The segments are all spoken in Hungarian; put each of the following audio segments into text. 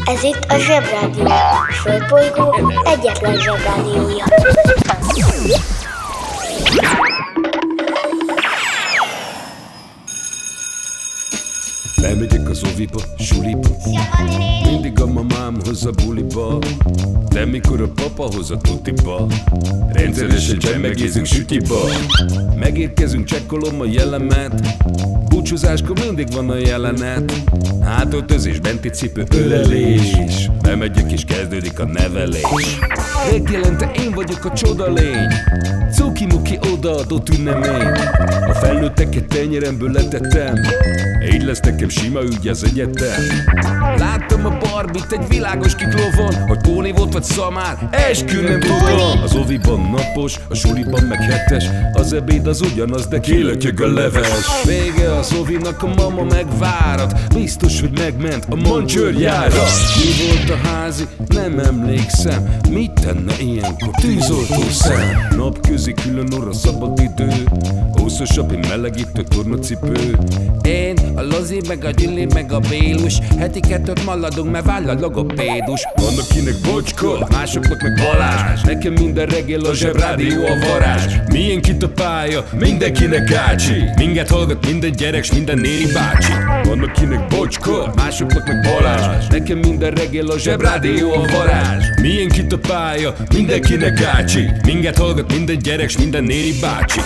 Ez itt a Zsebrádió, a Földbolygó egyetlen Zsebrádiója. Bemegyek az oviba, suliba, mindig a mamám hoz a buliba, de mikor a papa hoz a tutiba, rendszeresen csemmegézünk sütiba. Megérkezünk, csekkolom a jellemet, búcsúzáskor mindig van a jelenet. Hátöltözés, benti cipő, ölelés, bemegyek és kezdődik a nevelés. Reggelente én vagyok a csoda lény, cuki-muki odaadott ünnemény. A felnőtteket tenyeremből letettem, így lesz nekem sima ügy az egyetem. Láttam a Barbit egy világos kiklovon, hogy Póni volt vagy szamár, eskü nem tudom. Az oviban napos, a suliban meg hetes, az ebéd az ugyanaz, de kilötyög a leves. Vége az ovinak, a mama megvárat, biztos, hogy megment a mancsőrjára. Mi volt a házi? Nem emlékszem, mit tenne ilyenkor tűzoltó szem? Napközi külön orra szabad idő, húszosabb, én melegítő tornacipő. Én, a Lozi, meg a Gyüli, meg a Bélus, heti kettőt maladunk, mert váll a logopédus. Van akinek Bocska, másoknak meg Balázs, nekem minden reggel a Zsebrádió a varázs. Miénk itt a pálya, mindenkinek ácsi, minket hallgat minden gyerek s minden néri bácsi. Van akinek Bocska, másoknak meg Balázs, nekem minden reggel a Zsebrádió a varázs. Miénk itt a pálya, mindenkinek ácsi, minket hallgat minden gyerek s minden néri bácsi.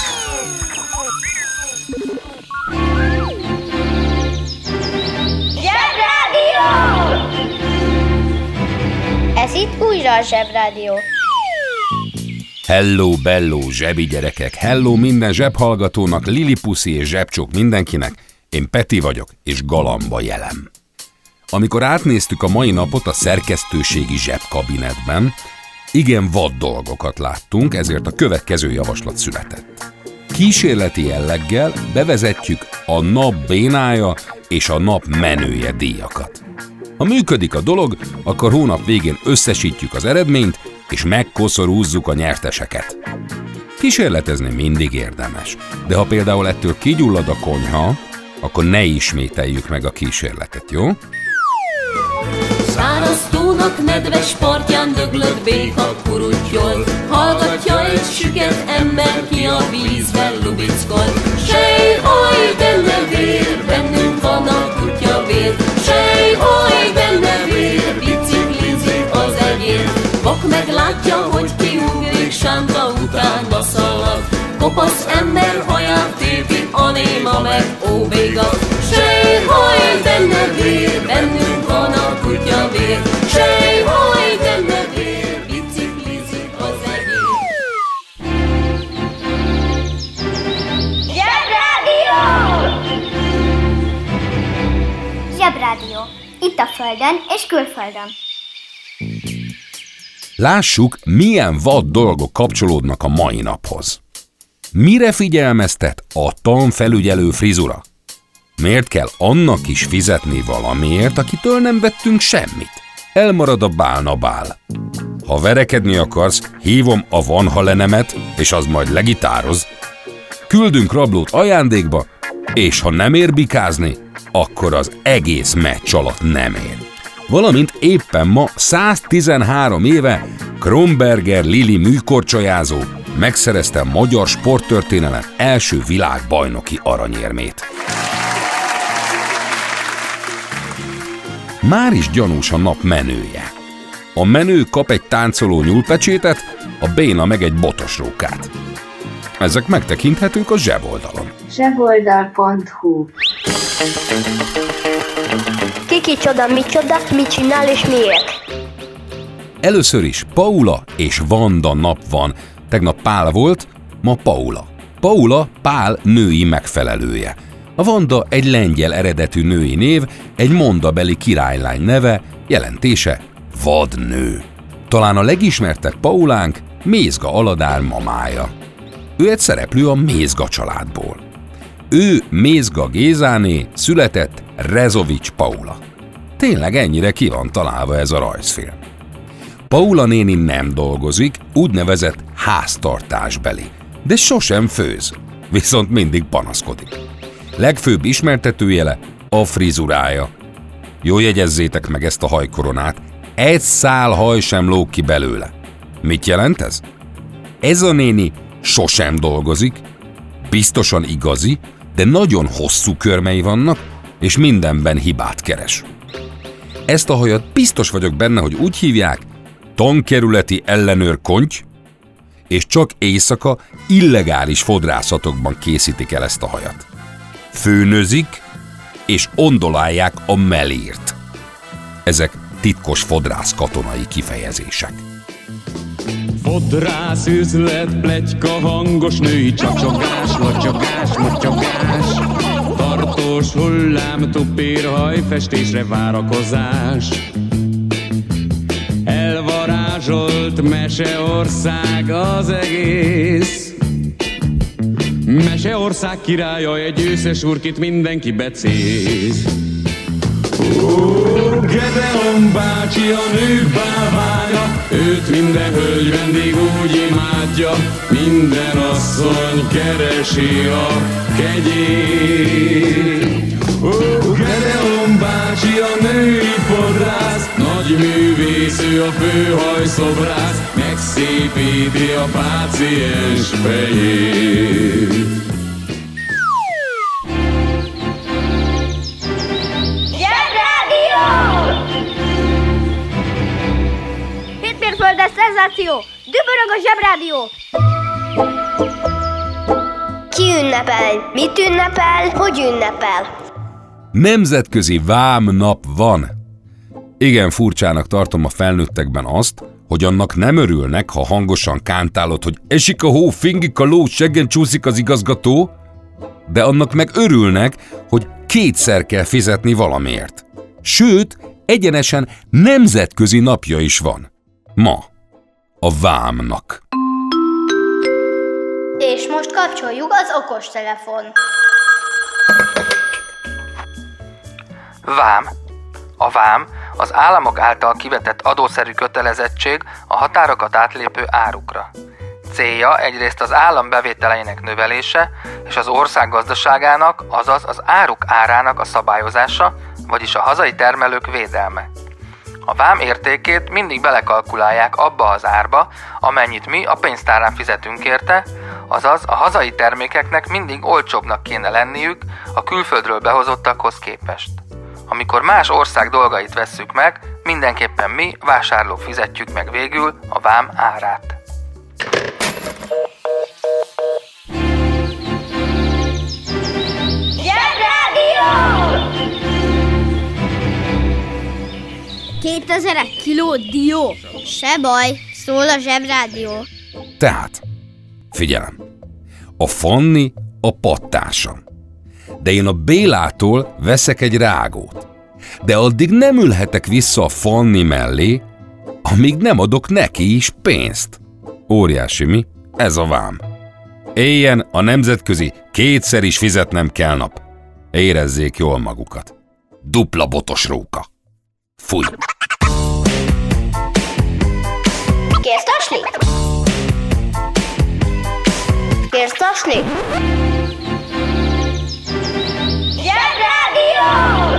Ez itt újra a Zsebrádió. Hello, bello, zsebi gyerekek! Hello minden zsebhallgatónak, lilipuszi és zsebcsók mindenkinek. Én Peti vagyok, és galamba jelem. Amikor átnéztük a mai napot a szerkesztőségi zsebkabinetben, igen vad dolgokat láttunk, ezért a következő javaslat született. Kísérleti jelleggel bevezetjük a nap bénája és a nap menője díjakat. Ha működik a dolog, akkor hónap végén összesítjük az eredményt, és megkoszorúzzuk a nyerteseket. Kísérletezni mindig érdemes, de ha például ettől kigyullad a konyha, akkor ne ismételjük meg a kísérletet, jó? Száraz tónak nedves partján döglött béka kuruttyol, hallgatja egy süket ember ki a vízben lubickol. Sejhaj, benne vér, bennünk van a kutyavér, sejhaj, benne vér, biciklizik az egyér. Vak meglátja, hogy kiugrik, sánta utánba szalad, kopasz ember haját tépi, a néma meg óvégat. Sejhaj, benne vér, bennünk van a kutyavér, sejhaj, benne vér, biciklizik az egyér. Zsebrádió! Zsebrádió. Itt a Földön és külföldön. Lássuk, milyen vad dolgok kapcsolódnak a mai naphoz. Mire figyelmeztet a tanfelügyelő frizura? Miért kell annak is fizetni valamiért, akitől nem vettünk semmit? Elmarad a bálna-bál. Ha verekedni akarsz, hívom a vanhalenemet, és az majd legitároz. Küldünk rablót ajándékba, és ha nem ér bikázni, akkor az egész meccs alatt nem ér. Valamint éppen ma 113 éve Kronberger Lili műkorcsolyázó megszerezte a magyar sporttörténelem első világbajnoki aranyérmét. Már is gyanús a nap menője. A menő kap egy táncoló nyúlpecsétet, a béna meg egy botosrókát. Ezek megtekinthetők a zseboldalon. Zseboldal.hu. Kicsoda, micsoda, mit csinál és miért? Először is Paula és Vanda nap van. Tegnap Pál volt, ma Paula. Paula Pál női megfelelője. A Vanda egy lengyel eredetű női név, egy mondabeli királylány neve, jelentése vadnő. Talán a legismertebb Paulánk Mézga Aladár mamája. Ő egy szereplő a Mézga családból. Ő Mézga Gézáné, született Rezovics Paula. Tényleg ennyire ki van találva ez a rajzfilm. Paula néni nem dolgozik, úgynevezett háztartásbeli, de sosem főz, viszont mindig panaszkodik. Legfőbb ismertetőjele a frizurája. Jó, jegyezzétek meg ezt a hajkoronát, egy szál haj sem lóg ki belőle. Mit jelent ez? Ez a néni sosem dolgozik, biztosan igazi, de nagyon hosszú körmei vannak, és mindenben hibát keres. Ezt a hajat biztos vagyok benne, hogy úgy hívják, tankerületi ellenőr konty, és csak éjszaka illegális fodrászatokban készítik el ezt a hajat. Főnözik, és ondolálják a melírt. Ezek titkos fodrász katonai kifejezések. Fodrász üzlet, pletyka, hangos női csacsogás, matyagás, matyagás. Tartós hullám, tupér, hajfestésre várakozás. Elvarázsolt meseország az egész. Meseország királya, egy őszes urkit mindenki becéz. Gedeon bácsi a nők bálványa, őt minden hölgy vendég úgy imádja, minden asszony keresi a kegyét. Gedeon bácsi a női fodrász, nagy művész, ő a főhajszobrász, megszépíti a páciens fejét. Hétmérföldes szenzáció! Dübörög a Zsebrádió! Ki ünnepel? Mit ünnepel? Hogy ünnepel? Nemzetközi vámnap van. Igen, furcsának tartom a felnőttekben azt, hogy annak nem örülnek, ha hangosan kántálod, hogy esik a hó, fingik a ló, seggen csúszik az igazgató, de annak meg örülnek, hogy kétszer kell fizetni valamiért. Sőt, egyenesen nemzetközi napja is van. Ma. A vámnak. És most kapcsoljuk az okostelefon. Vám. A vám az államok által kivetett adószerű kötelezettség a határokat átlépő árukra. Célja egyrészt az állam bevételeinek növelése és az ország gazdaságának, azaz az áruk árának a szabályozása, vagyis a hazai termelők védelme. A vám értékét mindig belekalkulálják abba az árba, amennyit mi a pénztárán fizetünk érte, azaz a hazai termékeknek mindig olcsóbbnak kéne lenniük a külföldről behozottakhoz képest. Amikor más ország dolgait vesszük meg, mindenképpen mi, vásárlók fizetjük meg végül a vám árát. Zsebrádió! 2000 kiló dió. Se baj, szól a Zsebrádió. Tehát, figyelem, a Fanni a pattársam, de én a Bélától veszek egy rágót, de addig nem ülhetek vissza a Fanni mellé, amíg nem adok neki is pénzt. Óriási, mi? Ez a vám. Éljen a nemzetközi kétszer is fizetnem kell nap. Érezzék jól magukat. Dupla botos róka. Fúj! Kérsz tasni? Kérsz tasni? Zsebrádió!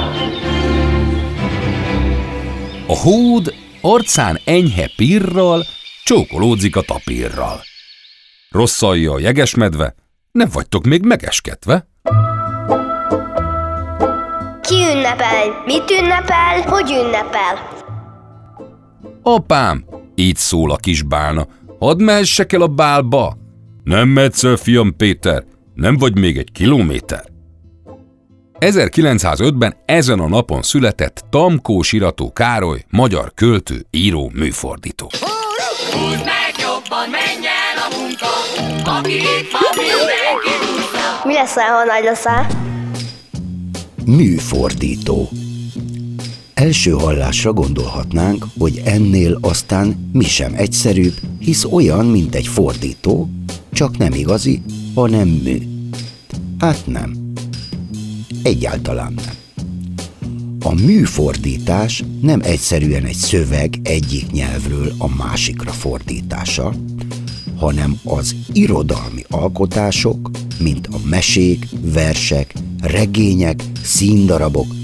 A hód arcán enyhe pirral csókolódzik a tapírral. Rosszalja a jegesmedve, nem vagytok még megeskedve? Ki ünnepel? Mit ünnepel? Hogy ünnepel? Apám, így szól a kis bálna, hadd mehessek el a bálba. Nem mehetsz el, fiam Péter, nem vagy még egy kilométer. 1905-ben ezen a napon született Tamkós Irató Károly, magyar költő, író, műfordító. Húzd meg jobban, menj el a munka, aki itt van, mindenki húzza. Mi leszel, ha nagy leszel? Műfordító. Első hallásra gondolhatnánk, hogy ennél aztán mi sem egyszerűbb, hisz olyan, mint egy fordító, csak nem igazi, hanem mű. Hát nem. Egyáltalán nem. A műfordítás nem egyszerűen egy szöveg egyik nyelvről a másikra fordítása, hanem az irodalmi alkotások, mint a mesék, versek, regények, színdarabok,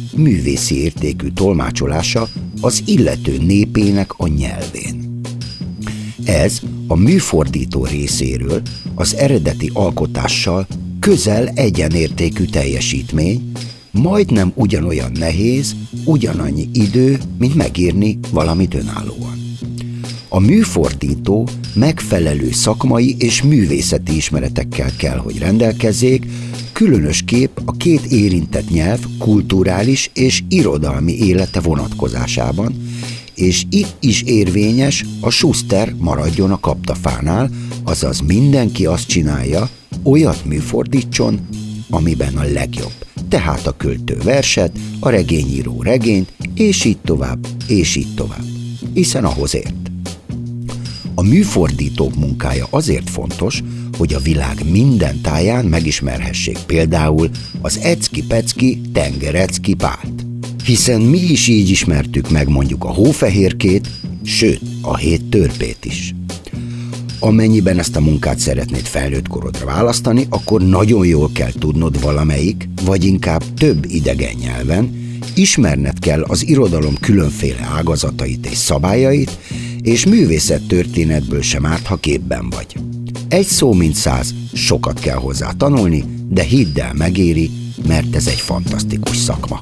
művészi értékű tolmácsolása az illető népének a nyelvén. Ez a műfordító részéről az eredeti alkotással közel egyenértékű teljesítmény, majdnem ugyanolyan nehéz, ugyanannyi idő, mint megírni valamit önállóan. A műfordító megfelelő szakmai és művészeti ismeretekkel kell, hogy rendelkezzék, különösképp a két érintett nyelv kulturális és irodalmi élete vonatkozásában, és itt is érvényes a Schuster maradjon a kaptafánál, azaz mindenki azt csinálja, olyat műfordítson, amiben a legjobb. Tehát a költő verset, a regényíró regényt, és így tovább, és így tovább. Hiszen ahhoz ért. A műfordítók munkája azért fontos, hogy a világ minden táján megismerhessék például az ecki-pecki tengerecki Pált. Hiszen mi is így ismertük meg mondjuk a hófehérkét, sőt a 7 törpét is. Amennyiben ezt a munkát szeretnéd felnőtt korodra választani, akkor nagyon jól kell tudnod valamelyik, vagy inkább több idegen nyelven, ismerned kell az irodalom különféle ágazatait és szabályait, és művészettörténetből sem árt, ha képben vagy. Egy szó mint 100, sokat kell hozzá tanulni, de hidd el, megéri, mert ez egy fantasztikus szakma.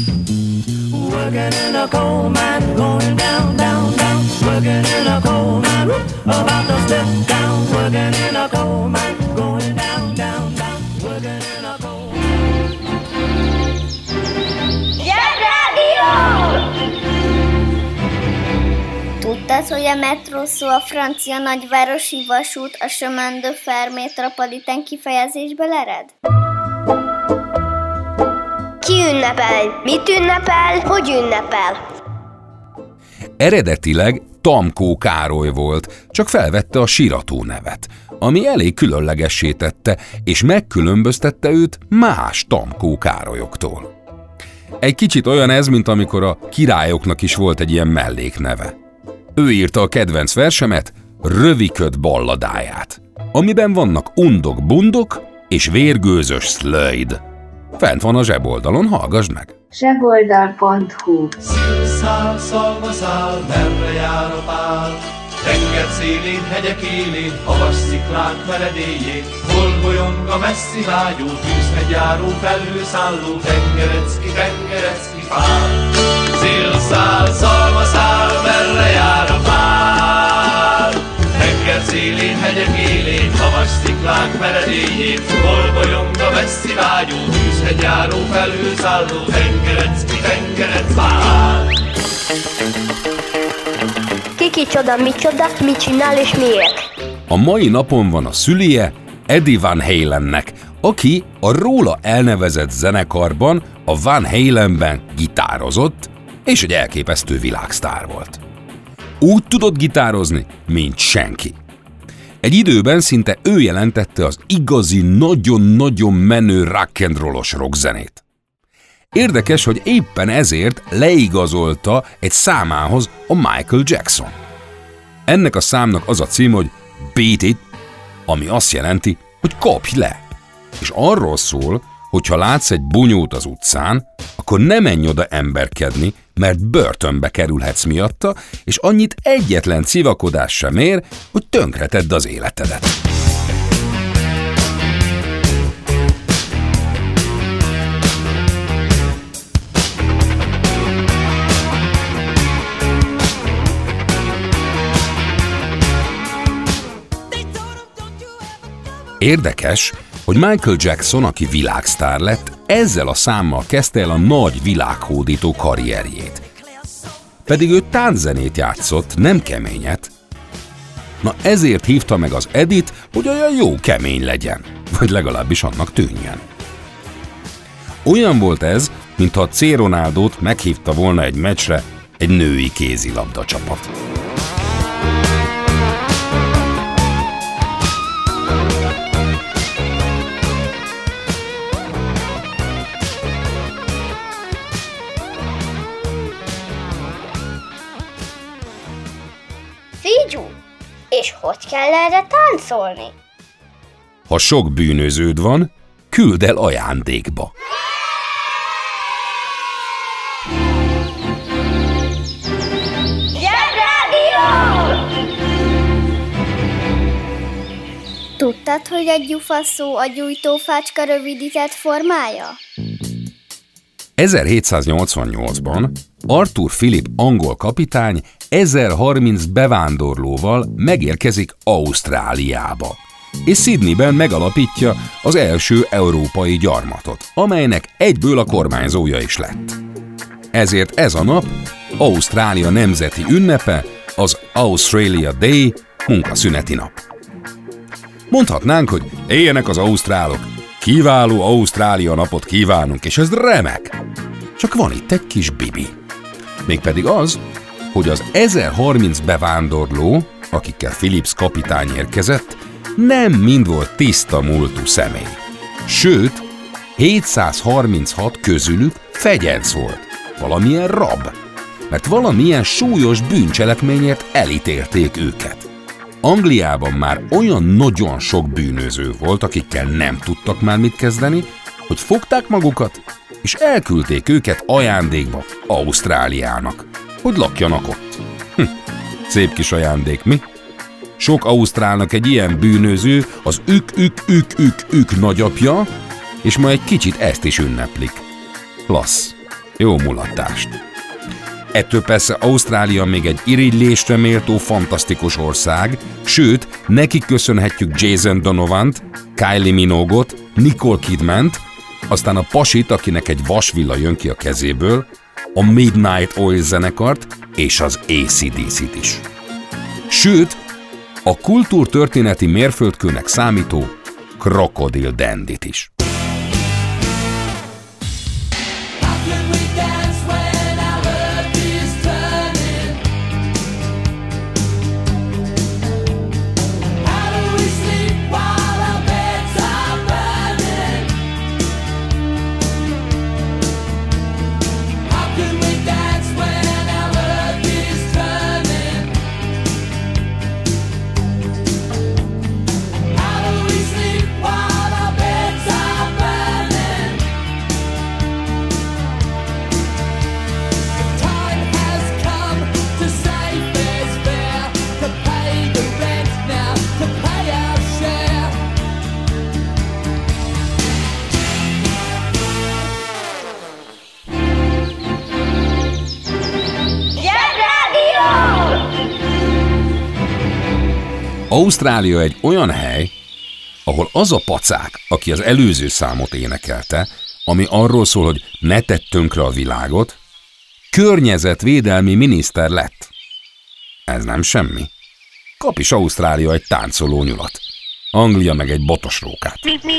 Tudtad, hogy a metró szó a francia nagyvárosi vasút a chemin de fer métropolitain kifejezésből ered? Ki ünnepel? Mit ünnepel? Hogy ünnepel? Eredetileg Tamkó Károly volt, csak felvette a Sirató nevet, ami elég különlegessé tette, és megkülönböztette őt más Tamkó Károlyoktól. Egy kicsit olyan ez, mint amikor a királyoknak is volt egy ilyen mellékneve. Ő írta a kedvenc versemet, Röviköd balladáját, amiben vannak undok-bundok és vérgőzös szlöjd. Fent van a zseboldalon, hallgassd meg! Zseboldal.hu Szélszál, szalmaszál, merre jár a pál? Tenger szélén, hegyek élén, havas sziklák meredélyén, hol bolyong a messzi vágyó, tűzhegy járó, felhőszálló, tengerecki pál. Szélszál, szalmaszál, merre jár a pál? Tenger szélén, hegyek élén, havas sziklák meredélyén, hol bolyong a messzi vágyó, tűzhegy járó, felhőszálló, tengerecki pál. Kicsoda, micsoda, mit csinál és miért? A mai napon van a szülije Eddie Van Halennek, aki a róla elnevezett zenekarban, a Van Halenben gitározott, és egy elképesztő világsztár volt. Úgy tudott gitározni, mint senki. Egy időben szinte ő jelentette az igazi, nagyon-nagyon menő rock'n'rollos rockzenét. Érdekes, hogy éppen ezért leigazolta egy számához a Michael Jackson. Ennek a számnak az a cím, hogy Beat It, ami azt jelenti, hogy kopj le. És arról szól, hogy ha látsz egy bunyót az utcán, akkor ne menj oda emberkedni, mert börtönbe kerülhetsz miatta, és annyit egyetlen civakodás sem ér, hogy tönkretedd az életedet. Érdekes, hogy Michael Jackson, aki világsztár lett, ezzel a számmal kezdte el a nagy világhódító karrierjét. Pedig ő tánczenét játszott, nem keményet. Na ezért hívta meg az Eddie-t, hogy olyan jó kemény legyen, vagy legalábbis annak tűnjön. Olyan volt ez, mintha a C. Ronaldót meghívta volna egy meccsre egy női kézilabda csapat. Figyú, és hogy kell erre táncolni? Ha sok bűnöződ van, küld el ajándékba. Tudtad, hogy a gyufa szó a gyújtófácska rövidített formája? 1788-ban Arthur Phillip angol kapitány 1030 bevándorlóval megérkezik Ausztráliába, és Sydneyben megalapítja az első európai gyarmatot, amelynek egyből a kormányzója is lett. Ezért ez a nap Ausztrália nemzeti ünnepe, az Australia Day, munkaszüneti nap. Mondhatnánk, hogy éljenek az ausztrálok, kiváló Ausztrália napot kívánunk, és ez remek. Csak van itt egy kis bibi. Mégpedig az, hogy az 1030 bevándorló, akikkel Phillips kapitány érkezett, nem mind volt tiszta múltú személy. Sőt, 736 közülük fegyenc volt, valamilyen rab, mert valamilyen súlyos bűncselekményért elítélték őket. Angliában már olyan nagyon sok bűnöző volt, akikkel nem tudtak már mit kezdeni, hogy fogták magukat, és elküldték őket ajándékba Ausztráliának, hogy lakjanak ott. Szép kis ajándék, mi? Sok ausztrálnak egy ilyen bűnöző az ük nagyapja, és ma egy kicsit ezt is ünneplik. Klassz, jó mulatást. Ettől persze Ausztrália még egy irigylésre méltó fantasztikus ország, sőt, nekik köszönhetjük Jason Donovant, Kylie Minogue-ot, Nicole Kidmant, aztán a pasit, akinek egy vasvilla jön ki a kezéből, a Midnight Oil zenekart és az AC/DC-t is. Sőt, a kultúrtörténeti mérföldkőnek számító Crocodile Dandyt is. Ausztrália egy olyan hely, ahol az a pacák, aki az előző számot énekelte, ami arról szól, hogy ne tedd tönkre a világot, környezetvédelmi miniszter lett. Ez nem semmi. Kap is Ausztrália egy táncoló nyulat. Anglia meg egy botos rókát.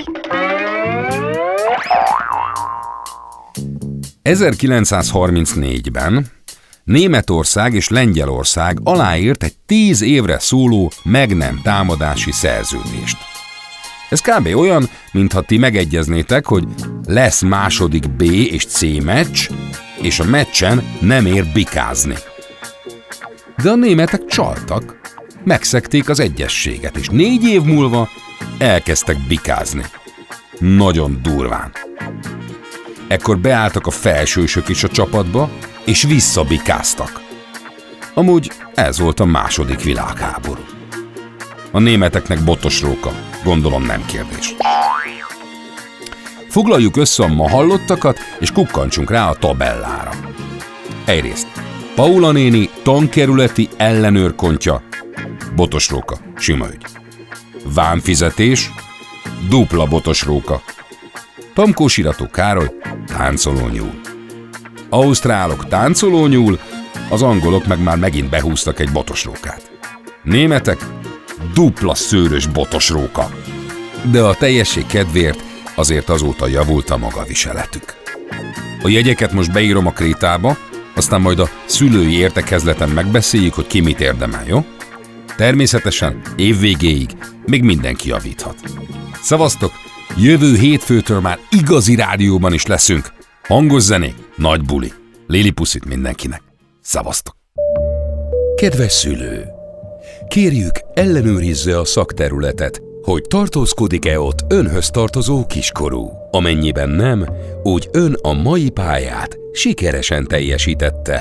1934-ben Németország és Lengyelország aláírt egy 10 évre szóló meg nem támadási szerződést. Ez kb. Olyan, mintha ti megegyeznétek, hogy lesz második B és C meccs, és a meccsen nem ér bikázni. De a németek csaltak, megszegték az egyezséget, és 4 év múlva elkezdtek bikázni. Nagyon durván. Ekkor beálltak a felsősök is a csapatba, és visszabikáztak. Amúgy ez volt a második világháború. A németeknek botos róka, gondolom nem kérdés. Foglaljuk össze a ma hallottakat, és kukkantsunk rá a tabellára. Egyrészt Paula néni tankerületi ellenőrkontja, botos róka, sima ügy. Vámfizetés, dupla botos róka. Tamkós irató Károly, táncoló nyúl. Ausztrálok táncoló nyúl, az angolok meg már megint behúztak egy botos rókát. Németek dupla szőrös botos róka. De a teljesség kedvéért azért azóta javult a magaviseletük. A jegyeket most beírom a krétába, aztán majd a szülői értekezleten megbeszéljük, hogy ki mit érdemel, jó? Természetesen évvégéig még mindenki javíthat. Szevasztok! Jövő hétfőtől már igazi rádióban is leszünk. Hangos zenék, nagy buli. Lili puszit mindenkinek. Szevasztok! Kedves szülő! Kérjük, ellenőrizze a szakterületet, hogy tartózkodik-e ott önhöz tartozó kiskorú. Amennyiben nem, úgy ön a mai pályát sikeresen teljesítette.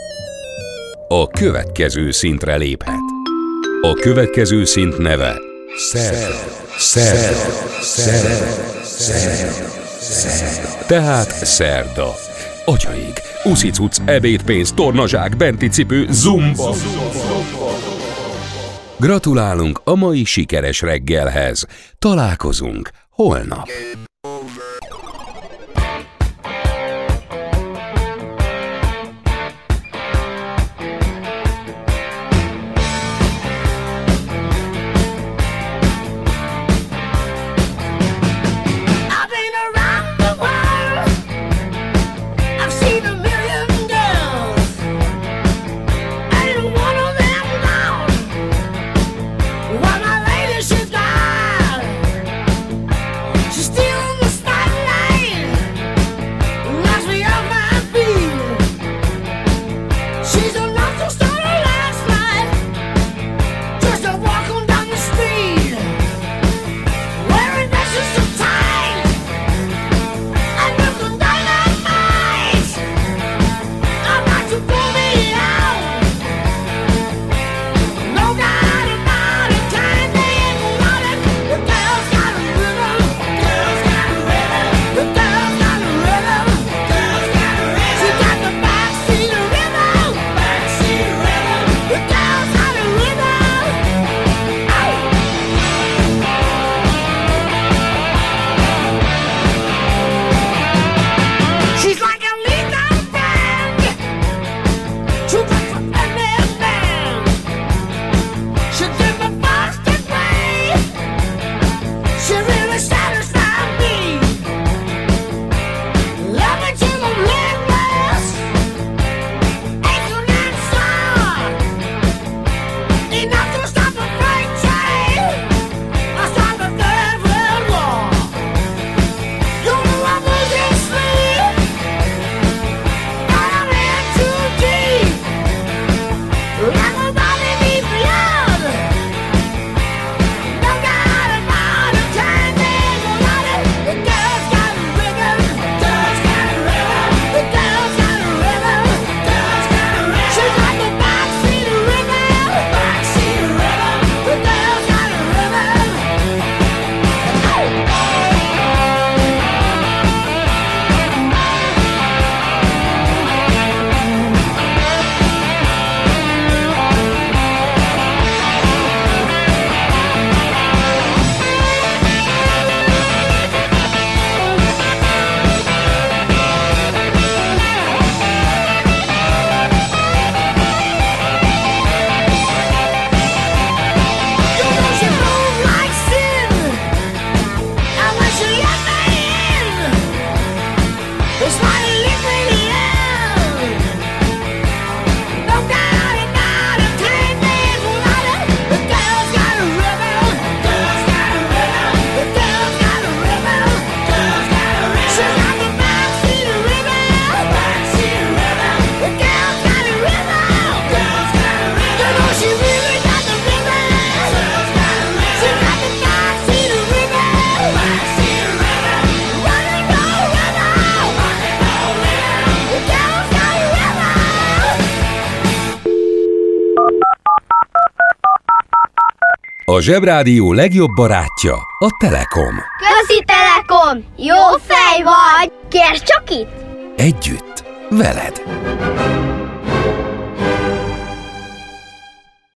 A következő szintre léphet. A következő szint neve Tehát szerda. Atyaik, uszicuc, ebédpénz, tornazsák, benti cipő, zumba. Gratulálunk a mai sikeres reggelhez. Találkozunk holnap. A Zsebrádió legjobb barátja a Telekom. Köszi Telekom! Jó fej vagy! Kérd csak itt! Együtt, veled!